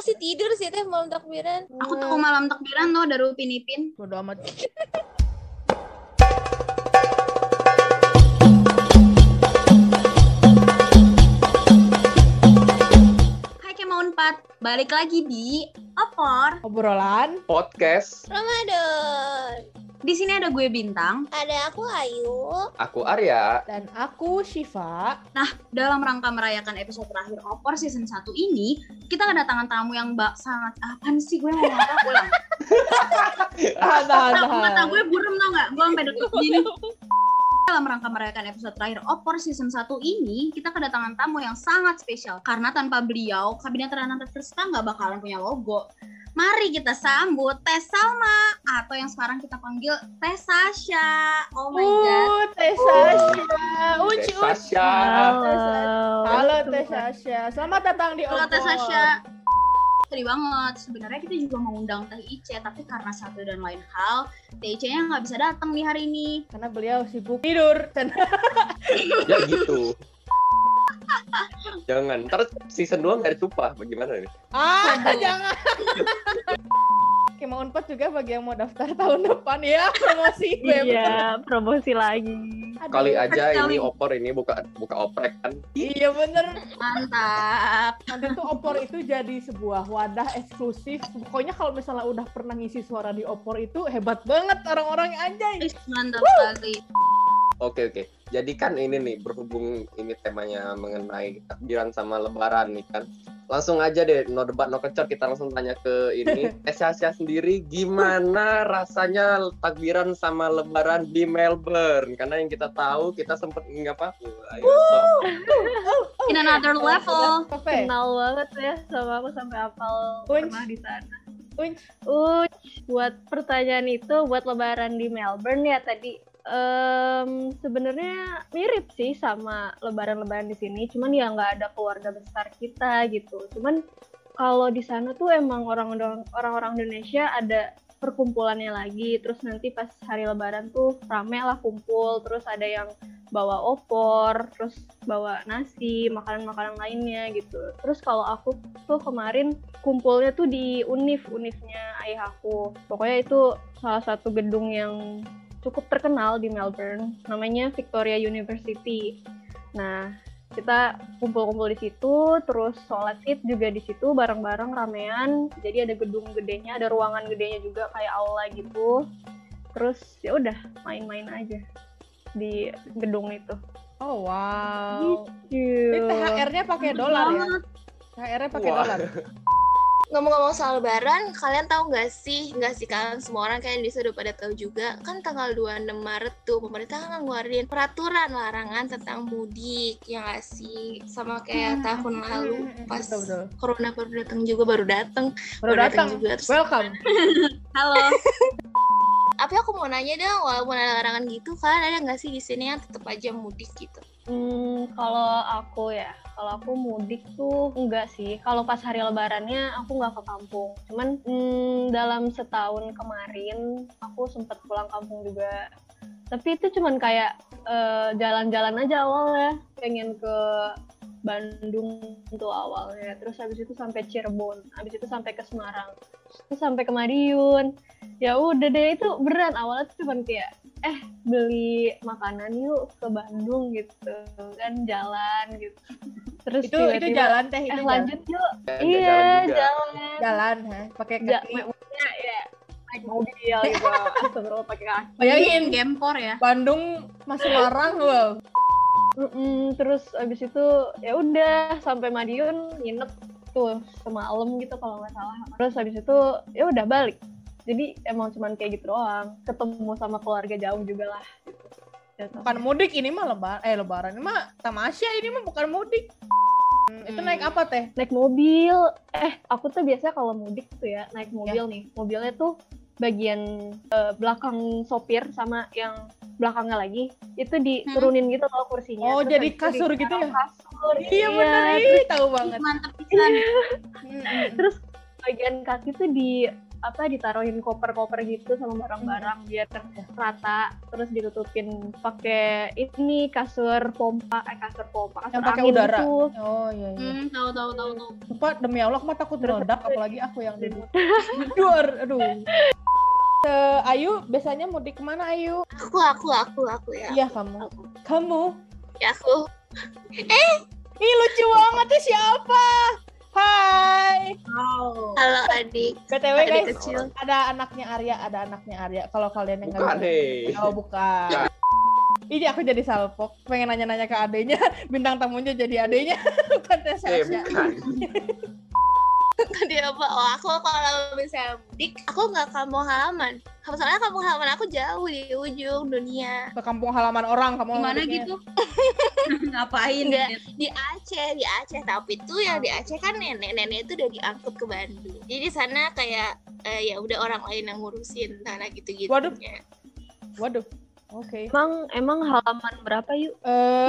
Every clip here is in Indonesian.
masih tidur sih teh malam takbiran. Aku tuh malam takbiran tuh dari Upin Ipin. Bodo amat. Hai Kema Unpad, balik lagi di Opor Obrolan Podcast. Ramadan. Di sini ada gue Bintang. Ada aku Ayu. Aku Arya. dan aku Syifa. Dalam rangka merayakan episode terakhir Opor season 1 ini, kita kedatangan tamu yang sangat apaan sih gue ngomong apa ulang. Mata gue burem tau gak? Gue sampai deket gini. Dalam rangka merayakan episode terakhir Opor season 1 ini, kita kedatangan tamu yang sangat spesial. Karena tanpa beliau, Kabinet Rana Tersta nggak bakalan punya logo. Mari kita sambut Teh Salma, atau yang sekarang kita panggil Teh Sasha. Oh my god. Teh Sasha. Teh Sasha. Halo Teh Sasha. Selamat datang di Halo Opor. Teh Sasha. Sedih banget. Sebenarnya kita juga mau undang Teh Ice, tapi karena satu dan lain hal, Teh Ice-nya nggak bisa datang di hari ini. Karena beliau sibuk tidur. Ya gitu. Jangan, ntar season 2 gak ada Sumpah, bagaimana nih? Jangan. Kema Unpad juga bagi yang mau daftar tahun depan ya, promosi. Iya, promosi lagi. Aduh. Kali aja Sekali. ini opor ini buka oprek kan. Iya bener. Mantap. Nanti tuh Opor itu jadi sebuah wadah eksklusif. Pokoknya kalau misalnya udah pernah ngisi suara di Opor itu hebat banget orang-orang anjay. Mantap sekali. Oke. Jadi kan ini nih, berhubung ini temanya mengenai takbiran sama lebaran nih kan. Langsung aja deh, no debat no kecor, kita langsung tanya ke ini. Sasha sendiri gimana rasanya takbiran sama lebaran di Melbourne? Karena yang kita tahu, kita sempet ayo sok. In another level. Kenal banget ya sama aku sampai hafal Unj. pernah di sana. Unj. Buat pertanyaan itu, buat lebaran di Melbourne ya tadi. Sebenarnya mirip sih sama lebaran-lebaran di sini, cuman ya nggak ada keluarga besar kita gitu. Cuman kalau di sana tuh emang orang-orang Indonesia ada perkumpulannya lagi, terus nanti pas hari lebaran tuh rame lah kumpul, terus ada yang bawa opor, terus bawa nasi, makanan-makanan lainnya gitu. Terus kalau aku tuh kemarin kumpulnya tuh di unifnya ayah aku. Pokoknya itu salah satu gedung yang cukup terkenal di Melbourne, namanya Victoria University. Nah, kita kumpul-kumpul di situ, terus sholat id juga di situ bareng-bareng ramean. Jadi ada gedung gedenya, ada ruangan gedenya juga kayak aula gitu. Terus ya udah main-main aja di gedung itu. Oh wow. Gitu. Ini THR-nya pakai dolar ya? THR-nya pakai Wah. dolar. Ngomong-ngomong soal lebaran, kalian tahu nggak sih kalian semua orang kayak di Indonesia udah pada tahu juga kan tanggal 26 Maret tuh pemerintah kan ngeluarin peraturan larangan tentang mudik ya nggak sih, sama kayak tahun lalu pas Betul. corona baru datang juga terus Welcome. Halo. tapi aku mau nanya dong, walaupun ada larangan gitu kan ada nggak sih di sini yang tetap aja mudik gitu? Kalau aku mudik tuh enggak sih. Kalau pas hari lebarannya aku nggak ke kampung. Cuman dalam setahun kemarin aku sempat pulang kampung juga. Tapi itu cuman kayak jalan-jalan aja awalnya. Pengen ke Bandung tuh awalnya. Terus habis itu sampai Cirebon. Habis itu sampai ke Semarang. Terus sampai ke Madiun. Ya udah deh, itu beneran awalnya tuh cuman kayak beli makanan yuk ke Bandung gitu kan, jalan gitu. Terus Itu tiba-tiba, jalan teh itu lanjut yuk. Dan Iya, jalan juga. jalan. pakai Ja, kaki. maksudnya ya naik mobil gitu. Astagfirullah pakai kaki. Bayangin Gempor ya. Bandung masuk Semarang loh. Terus abis itu ya udah sampai Madiun nginep tuh semalam gitu kalau nggak salah. Terus abis itu ya udah balik. Jadi emang cuman kayak gitu doang. Ketemu sama keluarga jauh juga lah. Gitu. Bukan mudik ini mah lebaran. Ini mah tamasya, ini mah bukan mudik. Itu naik apa teh? Naik mobil. Aku tuh biasanya kalau mudik tuh ya naik mobil nih. Mobilnya tuh bagian belakang sopir sama yang belakangnya lagi itu diturunin gitu kalau kursinya. Oh, Terus jadi habis itu kasur gitu ya? kasur. Iya bener, tahu banget. Mantep pisan. Terus bagian kaki tuh ditaruhin koper-koper gitu sama barang-barang biar rata, terus ditutupin pakai ini kasur pompa kasur yang pakai angin udara. gitu. Oh iya. Tahu. Sumpah demi Allah mah takut Terus meledak, apalagi aku yang duduk. Aduh. Ayu biasanya mudik kemana Ayu? Aku ya. Iya kamu. Ya aku. Ih lucu banget tuh siapa? Hai. Wow. Halo adik. BTW Adik guys, kecil. ada anaknya Arya. Kalau kalian yang Bukan nih. Oh bukan. Ini aku jadi salpok, pengen nanya-nanya ke adenya, bintang tamunya jadi adenya, bukan Tesya. Bukan. Dia apa? Oh, aku kalau misalnya mudik, aku nggak kampung halaman. Soalnya kampung halaman aku jauh di ujung dunia. Ke kampung halaman orang, kamu Gimana mudiknya. gitu? Ngapain? Enggak, di Aceh. Tapi tuh yang di Aceh kan nenek-nenek itu udah diangkut ke Bandung. Jadi di sana kayak ya udah orang lain yang ngurusin tanah gitu-gitu. Waduh. Oke. Emang halaman berapa yuk?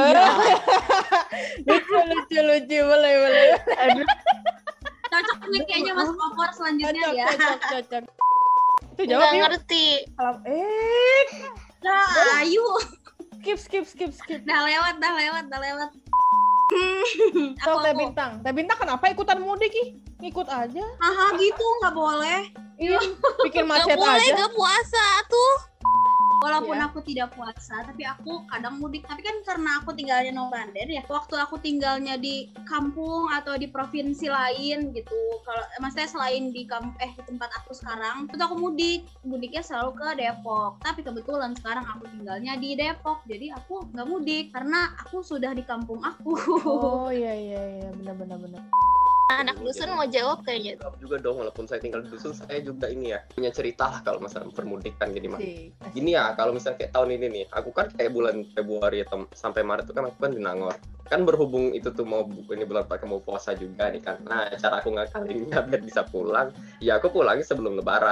Lucu, boleh. Aduh, Cocok nih kayaknya Mas Opor selanjutnya ya. Cocok. Itu Nggak jawab yuk. ngerti. Nah, ayo. Skip. Dah lewat. So, Teh Bintang kenapa ikutan mudik ih? Ngikut aja. Haha gitu nggak boleh. Iya, bikin Gak macet boleh, aja. gak puasa tuh. Walaupun Iya. aku tidak puasa, tapi aku kadang mudik. Tapi kan karena aku tinggalnya Normandir ya, waktu aku tinggalnya di kampung atau di provinsi lain gitu, kalau maksudnya selain di di tempat aku sekarang, itu aku mudiknya selalu ke Depok. Tapi kebetulan sekarang aku tinggalnya di Depok, jadi aku nggak mudik karena aku sudah di kampung aku. Oh iya, benar. Anak dusun mau jawab kayaknya. Jawab juga dong, walaupun saya tinggal di dusun, saya juga ini ya punya cerita lah kalau masalah permudikan gini mah. Gini ya, kalau misalnya kayak tahun ini nih, aku kan kayak bulan Februari sampai Maret itu kan aku kan di Nangor. Kan berhubung itu tuh ini bulan pakai mau puasa juga nih kan. Nah, cara aku ngakalinnya biar bisa pulang, ya aku pulangnya sebelum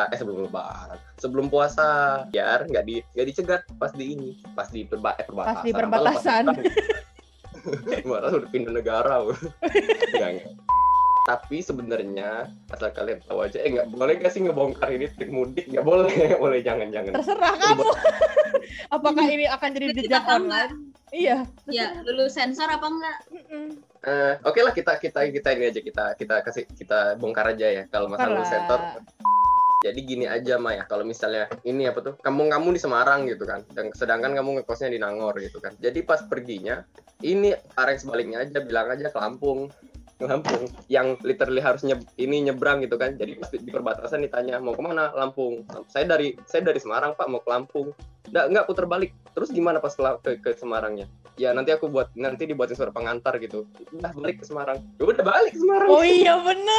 puasa, biar nggak dicegat pas di perbatasan. Malah udah pindah negara. Enggak. Tapi sebenarnya asal kalian tahu aja, nggak boleh nggak sih ngebongkar ini trik mudik? Nggak boleh, jangan. Terserah kamu. Apakah ini akan jadi jejak online? Iya. Ya, lulus sensor apa enggak? Oke lah, kita ini aja, kita bongkar aja ya kalau masalah center. Jadi gini aja Maya, kalau misalnya ini apa tuh, kamu di Semarang gitu kan, dan sedangkan kamu ngekosnya di Nangor gitu kan. Jadi pas perginya, ini arah sebaliknya aja, bilang aja ke Lampung, yang literally harus nyebrang gitu kan. Jadi pas di perbatasan ditanya mau kemana, Lampung. Saya dari Semarang Pak, mau ke Lampung. Enggak putar balik. Terus gimana pas ke Semarangnya? Ya nanti dibuatin surat pengantar gitu. Udah balik ke Semarang. Ya udah balik ke Semarang. Oh iya bener.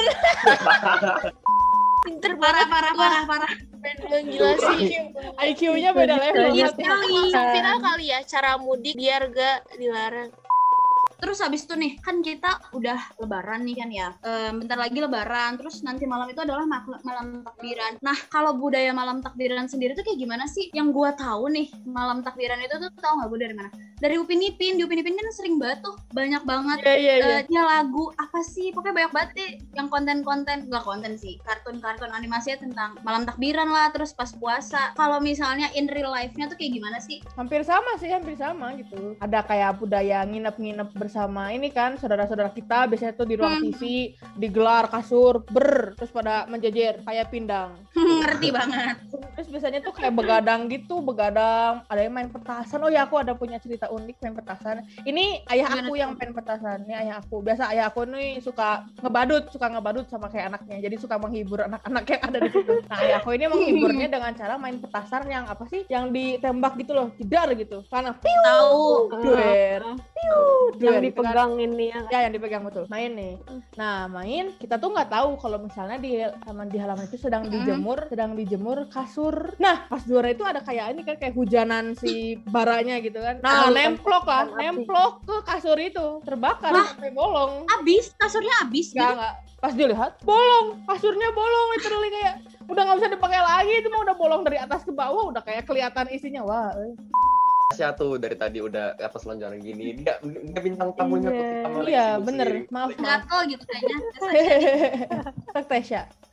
Pinter Parah. Gila sih. IQ-nya beda level. Iya, Viral kali ya cara mudik biar gak dilarang. Terus habis itu nih, kan kita udah lebaran nih kan ya, bentar lagi lebaran, terus nanti malam itu adalah malam takbiran. Nah, kalau budaya malam takbiran sendiri tuh kayak gimana sih? Yang gua tahu nih, malam takbiran itu tuh tahu nggak gue dari mana? Dari Upin Ipin. Di Upin Ipin kan sering banget tuh, banyak banget Iya. lagu, apa sih, pokoknya banyak banget deh yang nggak konten sih, kartun animasinya tentang malam takbiran lah, terus pas puasa. Kalau misalnya in real life-nya tuh kayak gimana sih? Hampir sama gitu. Ada kayak budaya nginep bersama ini kan, saudara-saudara kita biasanya tuh di ruang TV, digelar kasur, terus pada menjejer kayak pindang. Ngerti banget. Terus biasanya tuh kayak begadang, ada yang main petasan. Oh ya, aku ada punya cerita unik main petasan. Ini ayah aku yang main petasan. Ini ayah aku. Biasa ayah aku nih suka ngebadut sama kayak anaknya. Jadi suka menghibur anak-anak yang ada di situ. Nah, ayah aku ini menghiburnya dengan cara main petasan yang apa sih? Yang ditembak gitu loh, jedar gitu. Karena Tahu. duer. yang dipegang kan? Ini ya yang dipegang betul. Main nih. Nah, kita tuh nggak tahu kalau misalnya di halaman itu sedang dijemur kasur. Nah, pas juara itu ada kayak ini kan, kayak hujanan si baranya gitu kan. Nah, nemplok ke kasur itu, terbakar sampai bolong. Kasurnya habis. Enggak. Pas dilihat, kasurnya bolong, literally kayak udah nggak bisa dipakai lagi, itu mah udah bolong dari atas ke bawah, udah kayak kelihatan isinya. Wah. Tasya tuh dari tadi udah apa selonjoran gini, dia bintang tamunya tuh kita malah iya sendiri. bener, maaf Gatel gitu kayaknya. Tasya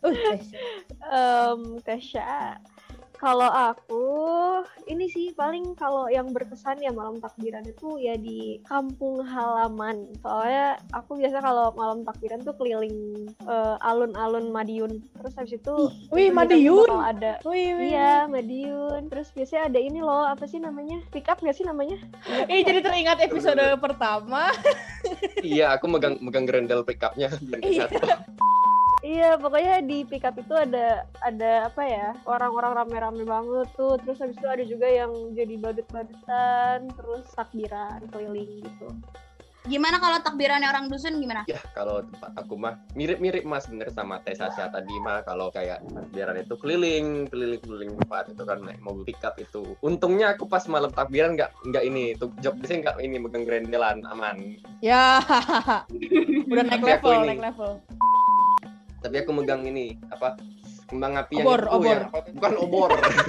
Tasya. Kalau aku ini sih paling kalau yang berkesan ya malam takbiran itu ya di kampung halaman. Soalnya aku biasa kalau malam takbiran tuh keliling alun-alun Madiun. Terus habis itu Wih, di Madiun. bakal ada Wih. iya Madiun. Terus biasanya ada ini loh, apa sih namanya? Pick up nggak sih namanya? Jadi teringat episode pertama. Iya, aku megang grendel pickupnya. Iya. Iya, pokoknya di pick up itu ada apa ya, orang-orang rame-rame banget tuh. Terus habis itu ada juga yang jadi badut-badutan, terus takbiran keliling gitu. Gimana kalau takbirannya orang dusun gimana? Ya, kalau tempat aku mah mirip-mirip Mas bener sama Teh Sasha tadi mah. Kalau kayak takbiran itu keliling tempat itu kan naik mobil pickup itu. Untungnya aku pas malam takbiran nggak ini, tuh job biasanya nggak ini megang grendelan, aman. Ya. Udah naik Tapi aku level, ini- naik level. Tapi aku megang ini apa? Kembang api Obor, yang itu obor. yang apa? Bukan obor.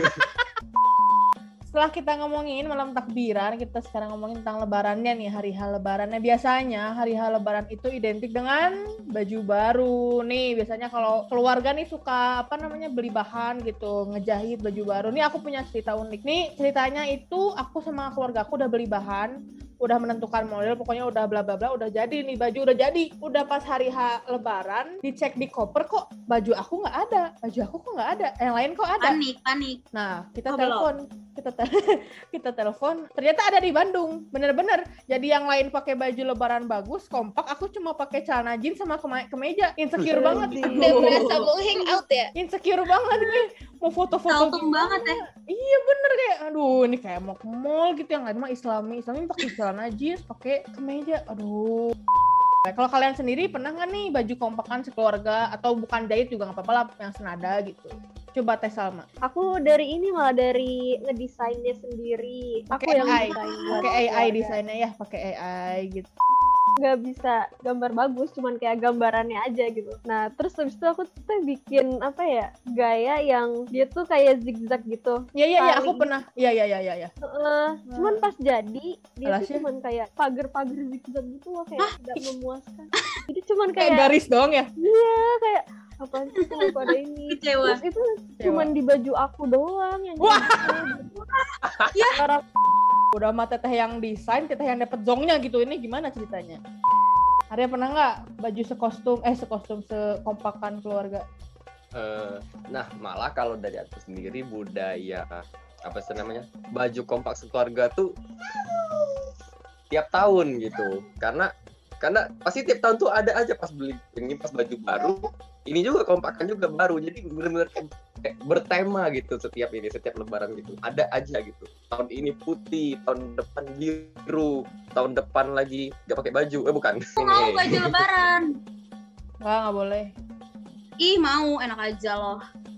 Setelah kita ngomongin malam takbiran, kita sekarang ngomongin tentang lebarannya nih, hari H lebarannya. Biasanya hari H lebaran itu identik dengan baju baru. Nih, biasanya kalau keluarga nih suka beli bahan gitu, ngejahit baju baru. Nih aku punya cerita unik. Nih, ceritanya itu aku sama keluarga aku udah beli bahan, udah menentukan model, pokoknya udah bla bla bla, udah jadi nih baju udah jadi. Udah pas hari H lebaran, dicek di koper kok baju aku nggak ada. Baju aku kok nggak ada. Yang lain kok ada. Panik. Nah, kita Oh, telepon. Kita telepon, ternyata ada di Bandung. Bener-bener. Jadi yang lain pakai baju lebaran bagus, kompak, aku cuma pakai celana jeans sama kemeja. Insecure banget. Udah merasa mau hangout ya? Insecure banget nih. Mau foto-foto Saltum banget ya. Iya bener kayak, aduh ini kayak mau ke mall gitu. Yang lain mah Islami pakai celana jeans, pakai kemeja. Aduh. Kalau kalian sendiri pernah nggak nih baju kompakan sekeluarga atau bukan jahit juga nggak apa-apa lah, yang senada gitu? Coba Teh Salma. Aku dari ini malah dari ngedesainnya sendiri. Aku Pakai yang AI. desain buat Pakai AI keluarga. desainnya ya, pakai AI gitu. Nggak bisa gambar bagus, cuman kayak gambarannya aja gitu. Nah, terus habis itu aku tuh bikin gaya yang dia tuh kayak zigzag gitu. Iya, aku Paling. pernah. Iya. Cuman pas jadi dia Alas tuh ya. cuman kayak pagar-pagar zigzag gitu loh, kayak tidak memuaskan. Jadi cuman Kayak kayak garis doang ya. kayak apaan sih kenapa ada ini? Kecewa. Terus itu cuman di baju aku doang yang Wah. gitu. Ya, orang Udah mah teteh yang desain, teteh yang dapet zongnya gitu. Ini gimana ceritanya? Arya pernah nggak baju sekostum sekompakan keluarga? Nah, malah kalau dari aku sendiri budaya apa sih namanya? Baju kompak sekeluarga tuh tiap tahun gitu. Karena pasti tiap tahun tuh ada aja pas beli ini pas baju baru, ini juga kompakan juga baru. Jadi benar-benar kayak bertema gitu setiap lebaran gitu. Ada aja gitu. Tahun ini putih, tahun depan biru, tahun depan lagi nggak pakai baju. Bukan. Aku mau baju lebaran. Nggak boleh. Ih, mau, enak aja loh.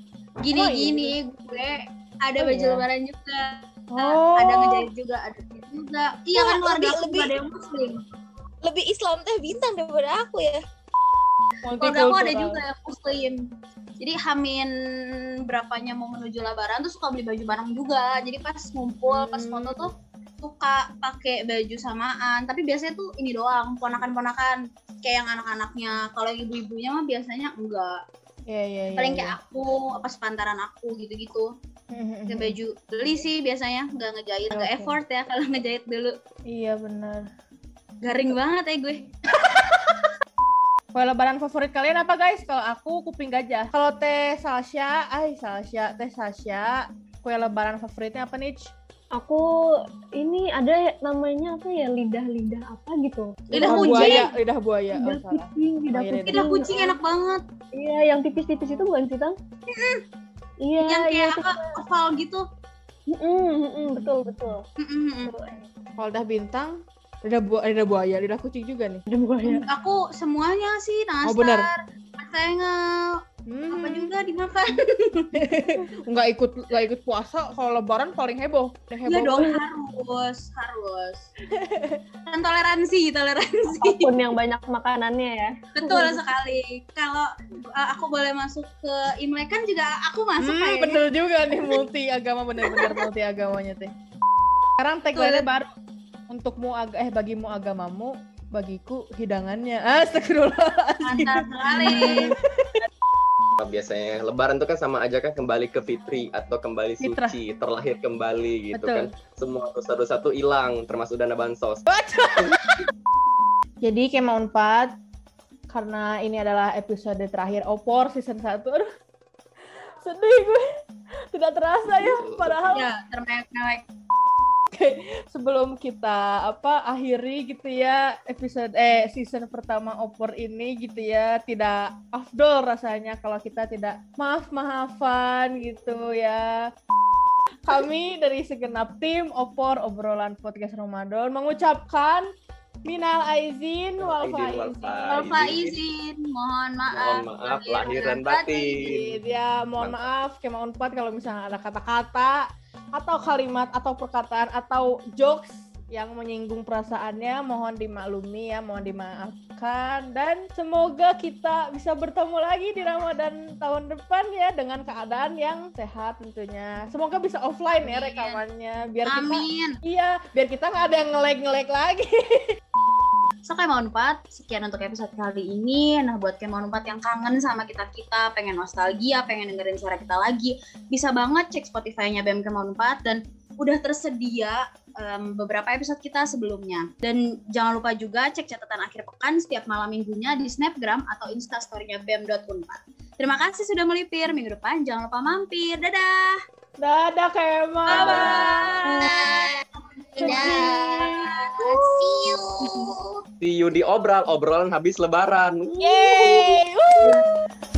Gini gue ada Oh, baju iya. lebaran juga. Oh. Ada ngejahit juga, ada jahit juga. Iya kan Wah, keluarga aku lebih- juga ada yang muslim. Lebih Islam Teh Bintang daripada aku ya. Keluarga aku ada juga yang muslim. Jadi Hamin berapanya mau menuju lebaran tuh suka beli baju bareng juga. Jadi pas ngumpul, pas foto tuh suka pakai baju samaan. Tapi biasanya tuh ini doang, ponakan-ponakan kayak yang anak-anaknya. Kalau yang ibu-ibunya mah biasanya enggak. Iya. Paling kayak aku, apa sepantaran aku gitu-gitu. Pakai baju beli sih biasanya, nggak ngejahit, agak Oke. effort ya kalau ngejahit dulu. Iya benar. Garing banget ya gue. Kue lebaran favorit kalian apa guys? Kalau aku kuping gajah. Kalau Teh Sasha, kue lebaran favoritnya apa nih? aku ini ada namanya apa ya, lidah apa gitu. Lidah kucing. Lidah buaya. Oh, Lidah salah. kucing, lidah Oh, iya, kucing. Lidah kucing enak banget. Iya, yang tipis-tipis itu bukan sih, Tang? Iya, Yang kayak itu. apa, oval gitu. Betul. Kalau udah bintang, lidah buaya, lidah kucing juga nih. Lidah buaya. Aku semuanya sih, nastar, Oh, bener. Saya apa juga dimakan. Nggak ikut puasa. Kalau lebaran paling heboh. Iya dong, harus. Dan toleransi. Apapun yang banyak makanannya ya. Betul sekali. Kalau aku boleh masuk ke Imlek kan juga aku masuk kayaknya. Bener juga nih, multi agama, bener-bener multi agamanya teh. Sekarang tagline baru. Untukmu bagimu agamamu, bagiku hidangannya. Astagfirullah. Mantap sekali. Biasanya lebaran tuh kan sama aja kan kembali ke fitri atau kembali Fitrah. suci, terlahir kembali gitu Betul. kan. Semua dosa-dosa tuh hilang termasuk dana bansos. Jadi Kema Unpad, karena ini adalah episode terakhir Opor season 1. Aduh, sedih gue. Tidak terasa ya, padahal Ya, termewek-mewek. sebelum kita akhiri gitu ya season pertama Opor ini gitu ya, tidak afdol rasanya kalau kita tidak maaf-maafan gitu ya. Kami dari segenap tim Opor Obrolan Podcast Ramadan mengucapkan minal aizin wal Faizin, mohon maaf. Mohon maaf lahir dan batin. Ya, mohon maaf Kema Unpad kalau misalnya ada kata-kata atau kalimat atau perkataan atau jokes yang menyinggung perasaannya, mohon dimaklumi ya, mohon dimaafkan, dan semoga kita bisa bertemu lagi di Ramadan tahun depan ya dengan keadaan yang sehat tentunya. Semoga bisa offline ya rekamannya biar kita Amin. biar kita nggak ada yang nge-lag lagi. So, Kema Unpad, sekian untuk episode kali ini. Nah, buat Kema Unpad yang kangen sama kita-kita, pengen nostalgia, pengen dengerin suara kita lagi, bisa banget cek Spotify-nya BEM Kema Unpad, dan udah tersedia beberapa episode kita sebelumnya. Dan jangan lupa juga cek catatan akhir pekan setiap malam minggunya di Snapgram atau Instastory-nya BEM.Unpad. Terima kasih sudah melipir. Minggu depan jangan lupa mampir. Dadah! Dadah Kema. Bye-bye! See you. See you di obrolan habis lebaran. Yeay.